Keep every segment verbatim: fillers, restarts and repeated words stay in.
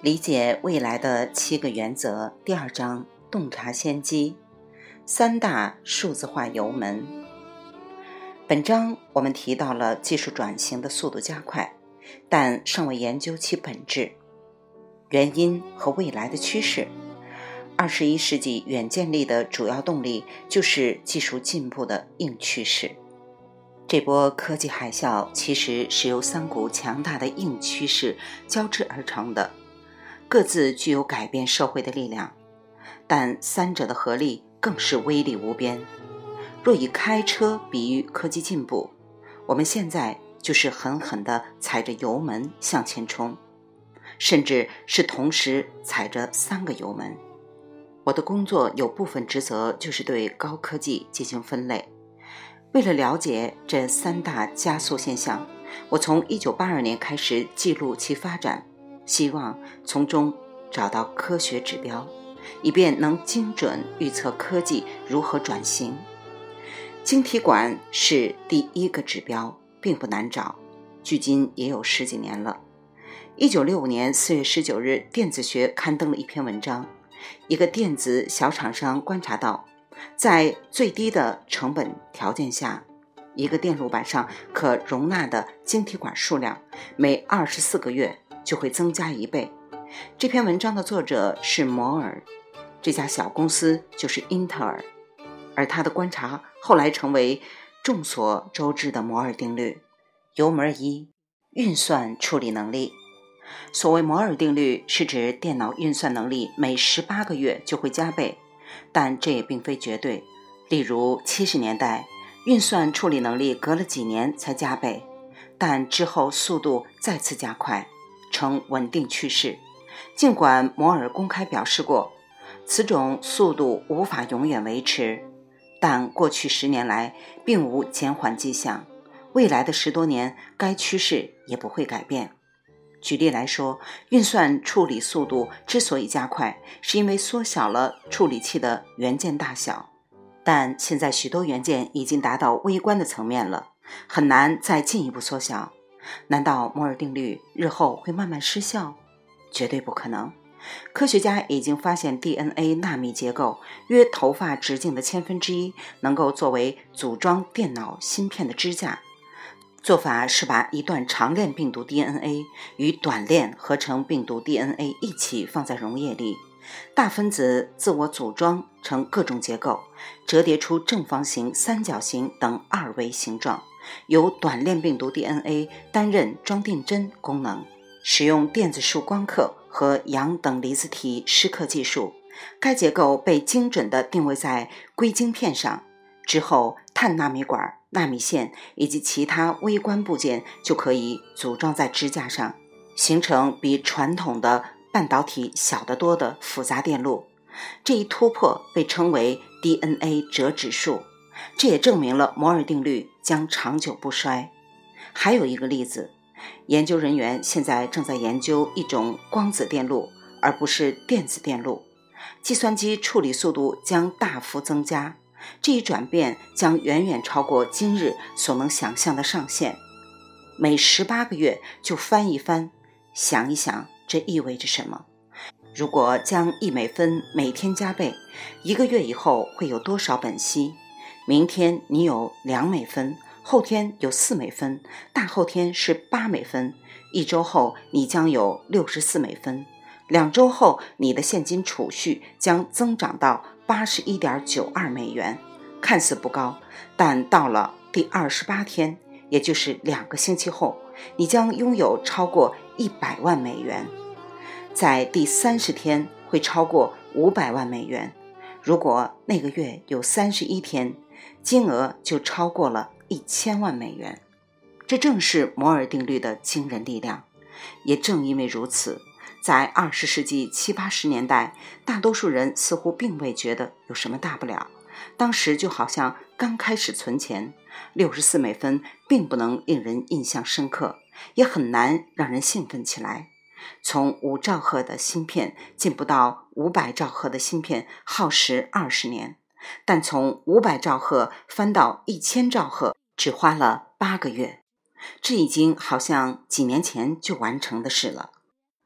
理解未来的七个原则，第二章，洞察先机，三大数字化油门。本章我们提到了技术转型的速度加快，但尚未研究其本质、原因和未来的趋势。二十一世纪远见力的主要动力就是技术进步的硬趋势。这波科技海啸其实是由三股强大的硬趋势交织而成的，各自具有改变社会的力量，但三者的合力更是威力无边。若以开车比喻科技进步，我们现在就是狠狠地踩着油门向前冲，甚至是同时踩着三个油门。我的工作有部分职责就是对高科技进行分类。为了了解这三大加速现象，我从一九八二年开始记录其发展，希望从中找到科学指标，以便能精准预测科技如何转型。晶体管是第一个指标，并不难找，距今也有十几年了。一九六五年四月十九日，电子学刊登了一篇文章，一个电子小厂商观察到，在最低的成本条件下，一个电路板上可容纳的晶体管数量每二十四个月就会增加一倍。这篇文章的作者是摩尔，这家小公司就是英特尔，而他的观察后来成为众所周知的摩尔定律。油门一，运算处理能力。所谓摩尔定律是指电脑运算能力每十八个月就会加倍，但这也并非绝对。例如七十年代运算处理能力隔了几年才加倍，但之后速度再次加快，呈稳定趋势。尽管摩尔公开表示过，此种速度无法永远维持，但过去十年来并无减缓迹象，未来的十多年该趋势也不会改变。举例来说，运算处理速度之所以加快，是因为缩小了处理器的元件大小，但现在许多元件已经达到微观的层面了，很难再进一步缩小。难道摩尔定律日后会慢慢失效？绝对不可能。科学家已经发现 D N A 纳米结构约头发直径的千分之一，能够作为组装电脑芯片的支架。做法是把一段长链病毒 D N A 与短链合成病毒 D N A 一起放在溶液里，大分子自我组装成各种结构，折叠出正方形、三角形等二维形状，由短链病毒 D N A 担任装订针功能。使用电子束光刻和阳等离子体蚀刻技术，该结构被精准地定位在硅晶片上，之后碳纳米管、纳米线以及其他微观部件就可以组装在支架上，形成比传统的半导体小得多的复杂电路。这一突破被称为 D N A 折指数，这也证明了摩尔定律将长久不衰。还有一个例子，研究人员现在正在研究一种光子电路，而不是电子电路，计算机处理速度将大幅增加，这一转变将远远超过今日所能想象的上限。每十八个月就翻一番，想一想这意味着什么？如果将一美分每天加倍，一个月以后会有多少本息？明天你有两美分，后天有四美分，大后天是八美分，一周后你将有六十四美分，两周后你的现金储蓄将增长到八十一点九二美元。看似不高，但到了第二十八天，也就是两个星期后，你将拥有超过一百万美元。在第三十天会超过五百万美元。如果那个月有三十一天，金额就超过了一千万美元。这正是摩尔定律的惊人力量。也正因为如此，在二十世纪七八十年代，大多数人似乎并未觉得有什么大不了。当时就好像刚开始存钱，六十四美分并不能令人印象深刻，也很难让人兴奋起来。从五兆赫的芯片进步到五百兆赫的芯片耗时二十年，但从五百兆赫翻到一千兆赫只花了八个月，这已经好像几年前就完成的事了。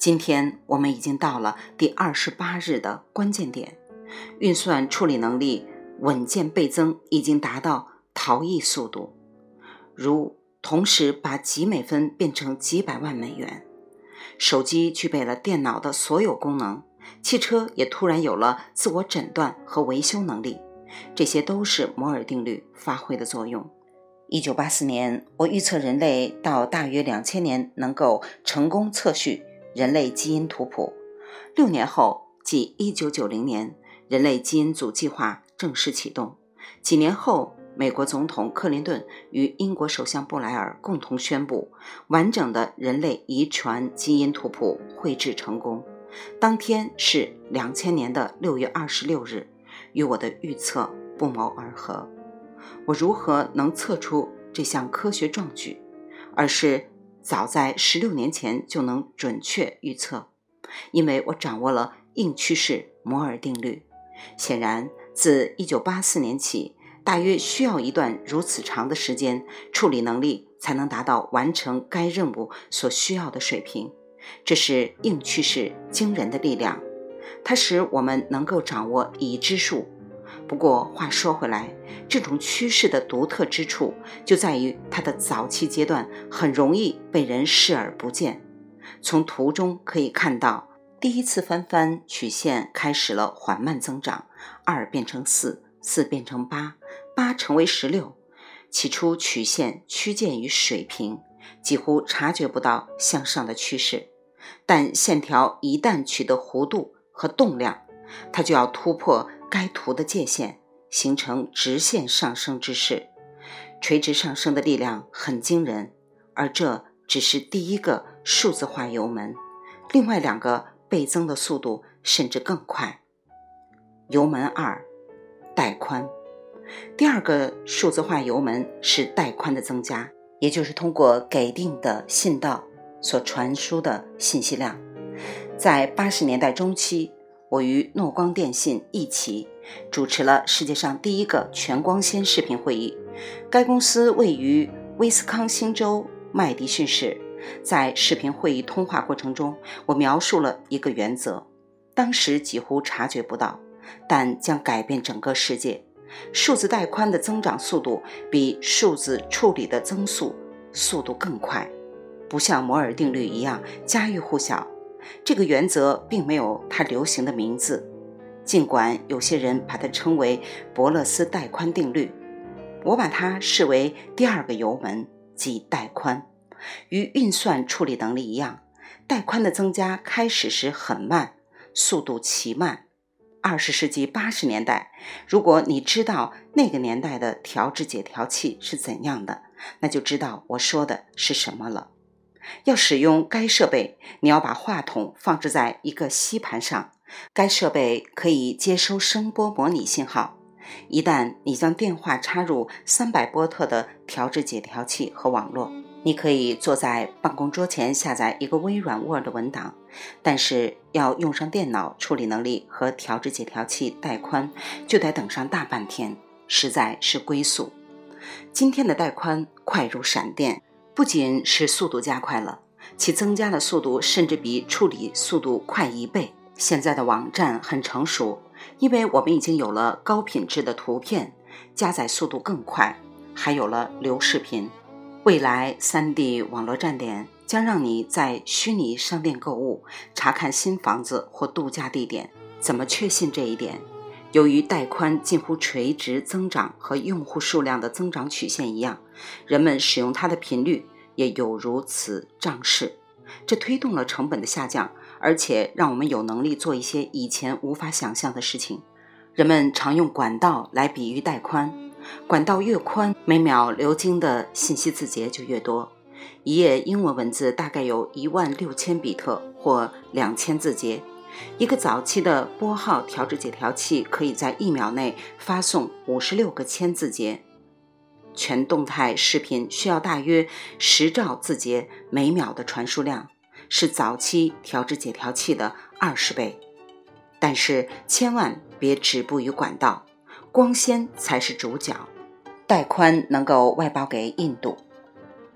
今天我们已经到了第二十八日的关键点，运算处理能力稳健倍增，已经达到逃逸速度，如同时把几美分变成几百万美元。手机具备了电脑的所有功能，汽车也突然有了自我诊断和维修能力，这些都是摩尔定律发挥的作用。一九八四年，我预测人类到大约两千年能够成功测序人类基因图谱。六年后，即一九九零年，人类基因组计划正式启动。几年后，美国总统克林顿与英国首相布莱尔共同宣布，完整的人类遗传基因图谱绘制成功。当天是两千年的六月二十六日，与我的预测不谋而合。我如何能测出这项科学壮举，而是早在十六年前就能准确预测？因为我掌握了硬趋势摩尔定律。显然，自一九八四年起，大约需要一段如此长的时间，处理能力才能达到完成该任务所需要的水平。这是硬趋势惊人的力量，它使我们能够掌握已知数。不过话说回来，这种趋势的独特之处就在于它的早期阶段很容易被人视而不见。从图中可以看到，第一次翻番曲线开始了缓慢增长，二变成四，四变成八，八成为十六。起初曲线趋近于水平，几乎察觉不到向上的趋势，但线条一旦取得弧度和动量，它就要突破该图的界限，形成直线上升之势。垂直上升的力量很惊人，而这只是第一个数字化油门，另外两个倍增的速度甚至更快。油门二，带宽。第二个数字化油门是带宽的增加，也就是通过给定的信道所传输的信息量。在八十年代中期，我与诺光电信一起主持了世界上第一个全光纤视频会议。该公司位于威斯康星州麦迪逊市。在视频会议通话过程中，我描述了一个原则，当时几乎察觉不到，但将改变整个世界。数字带宽的增长速度比数字处理的增速速度更快，不像摩尔定律一样家喻户晓。这个原则并没有它流行的名字，尽管有些人把它称为伯勒斯带宽定律，我把它视为第二个油门，即带宽。与运算处理能力一样，带宽的增加开始时很慢，速度奇慢。二十世纪八十年代，如果你知道那个年代的调制解调器是怎样的，那就知道我说的是什么了。要使用该设备，你要把话筒放置在一个吸盘上，该设备可以接收声波模拟信号。一旦你将电话插入三百波特的调制解调器和网络，你可以坐在办公桌前下载一个微软 Word 文档，但是要用上电脑处理能力和调制解调器带宽，就得等上大半天，实在是龟速。今天的带宽快如闪电，不仅是速度加快了，其增加的速度甚至比处理速度快一倍。现在的网站很成熟，因为我们已经有了高品质的图片，加载速度更快，还有了流视频。未来 三 D 网络站点将让你在虚拟商店购物，查看新房子或度假地点。怎么确信这一点？由于带宽近乎垂直增长和用户数量的增长曲线一样，人们使用它的频率也有如此涨势，这推动了成本的下降，而且让我们有能力做一些以前无法想象的事情。人们常用管道来比喻带宽，管道越宽，每秒流经的信息字节就越多。一页英文文字大概有一万六千比特或两千字节。一个早期的拨号调制解调器可以在一秒内发送五十六个千字节。全动态视频需要大约十兆字节每秒的传输量，是早期调制解调器的二十倍。但是千万别止步于管道，光纤才是主角。带宽能够外包给印度，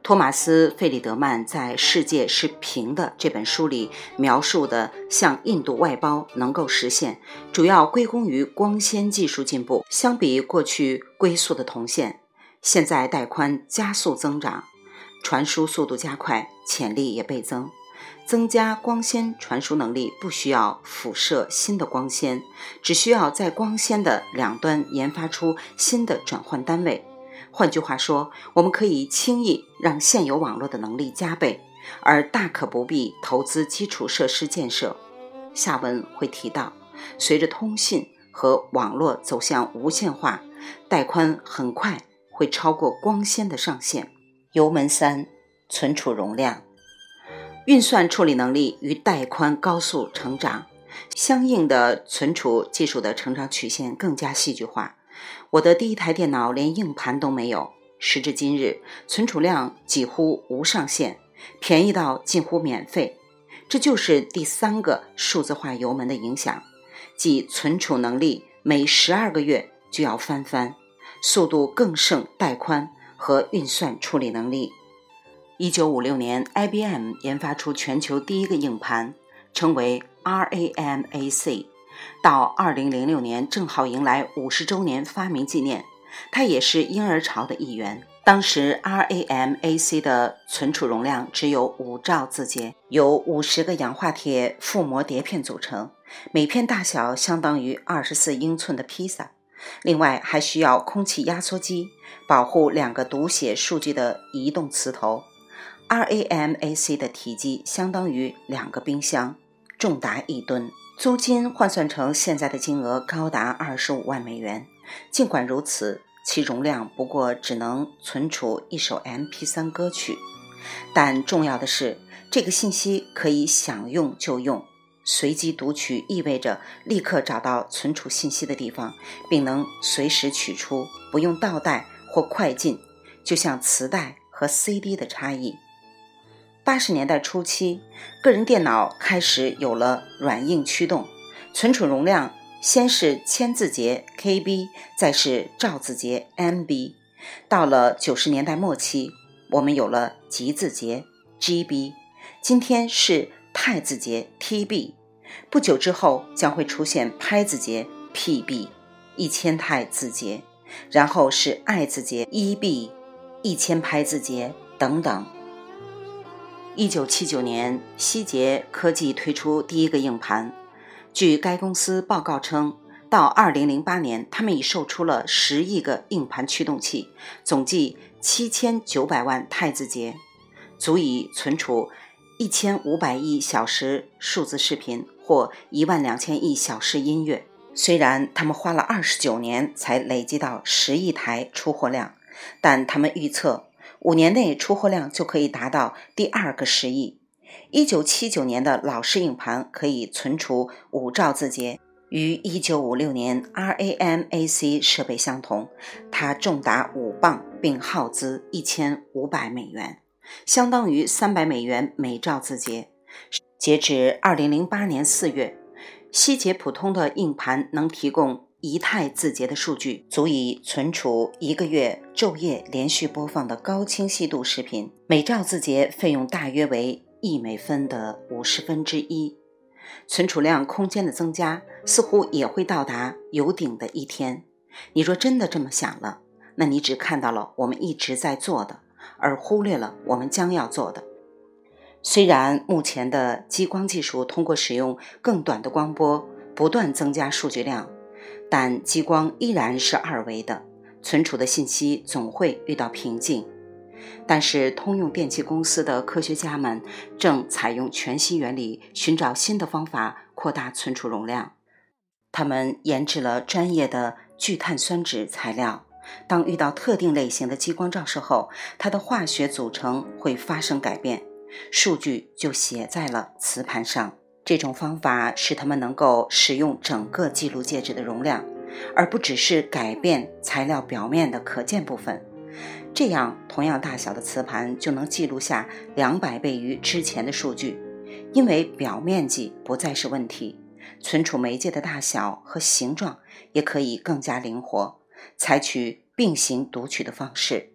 托马斯·费里德曼在《世界是平的》这本书里描述的向印度外包能够实现，主要归功于光纤技术进步。相比过去龟速的铜线，现在带宽加速增长，传输速度加快，潜力也倍增。增加光纤传输能力不需要辐射新的光纤，只需要在光纤的两端研发出新的转换单位。换句话说，我们可以轻易让现有网络的能力加倍，而大可不必投资基础设施建设。下文会提到，随着通信和网络走向无线化，带宽很快会超过光纤的上限。油门三，存储容量。运算处理能力与带宽高速成长，相应的存储技术的成长曲线更加戏剧化。我的第一台电脑连硬盘都没有，时至今日，存储量几乎无上限，便宜到近乎免费。这就是第三个数字化油门的影响，即存储能力每十二个月就要翻番，速度更胜带宽和运算处理能力。一九五六年 I B M 研发出全球第一个硬盘，称为 R A M A C， 到二零零六年正好迎来五十周年发明纪念，它也是婴儿潮的一员。当时 R A M A C 的存储容量只有五兆字节，由五十个氧化铁覆膜碟片组成，每片大小相当于二十四英寸的披萨。另外还需要空气压缩机保护两个读写数据的移动磁头。R A M A C 的体积相当于两个冰箱，重达一吨，租金换算成现在的金额高达二十五万美元。尽管如此，其容量不过只能存储一首 M P 三 歌曲，但重要的是，这个信息可以想用就用。随机读取意味着立刻找到存储信息的地方，并能随时取出，不用倒带或快进，就像磁带和 C D 的差异。八十年代初期，个人电脑开始有了软硬驱动，存储容量先是千字节 K B， 再是兆字节 M B。 到了九十年代末期，我们有了极字节 G B， 今天是太字节 T B， 不久之后将会出现拍字节 P B， 一千太字节，然后是爱字节 E B， 一千拍字节等等。一九七九年，希捷科技推出第一个硬盘。据该公司报告称，到二零零八年，他们已售出了十亿个硬盘驱动器，总计七千九百万太字节，足以存储一千五百亿小时数字视频或一万两千亿小时音乐。虽然他们花了二十九年才累积到十亿台出货量，但他们预测五年内出货量就可以达到第二个十亿。一九七九年的老式硬盘可以存储五兆字节，与一九五六年 R A M A C 设备相同，它重达五磅，并耗资一千五百美元，相当于三百美元每兆字节。截至二零零八年四月，希捷普通的硬盘能提供一太字节的数据，足以存储一个月昼夜连续播放的高清晰度视频，每兆字节费用大约为一美分的五十分之一。存储量空间的增加似乎也会到达有顶的一天。你若真的这么想了，那你只看到了我们一直在做的，而忽略了我们将要做的。虽然目前的激光技术通过使用更短的光波不断增加数据量，但激光依然是二维的，存储的信息总会遇到瓶颈。但是通用电气公司的科学家们正采用全息原理，寻找新的方法扩大存储容量。他们研制了专业的聚碳酸酯材料，当遇到特定类型的激光照射后，它的化学组成会发生改变，数据就写在了磁盘上。这种方法使他们能够使用整个记录介质的容量，而不只是改变材料表面的可见部分。这样同样大小的磁盘就能记录下两百倍于之前的数据，因为表面积不再是问题，存储媒介的大小和形状也可以更加灵活，采取并行读取的方式。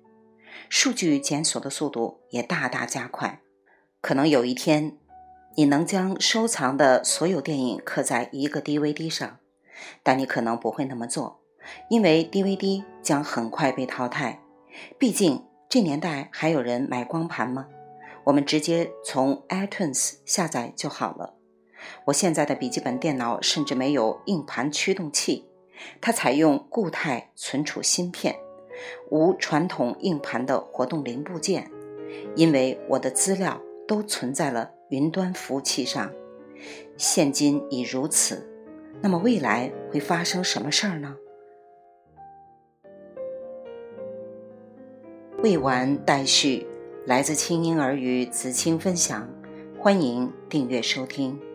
数据检索的速度也大大加快。可能有一天，你能将收藏的所有电影刻在一个 D V D 上，但你可能不会那么做，因为 D V D 将很快被淘汰。毕竟这年代还有人买光盘吗？我们直接从 iTunes 下载就好了。我现在的笔记本电脑甚至没有硬盘驱动器，它采用固态存储芯片，无传统硬盘的活动零部件，因为我的资料都存在了云端服务器上。现今已如此，那么未来会发生什么事儿呢？未完待续，来自清音儿语子青分享，欢迎订阅收听。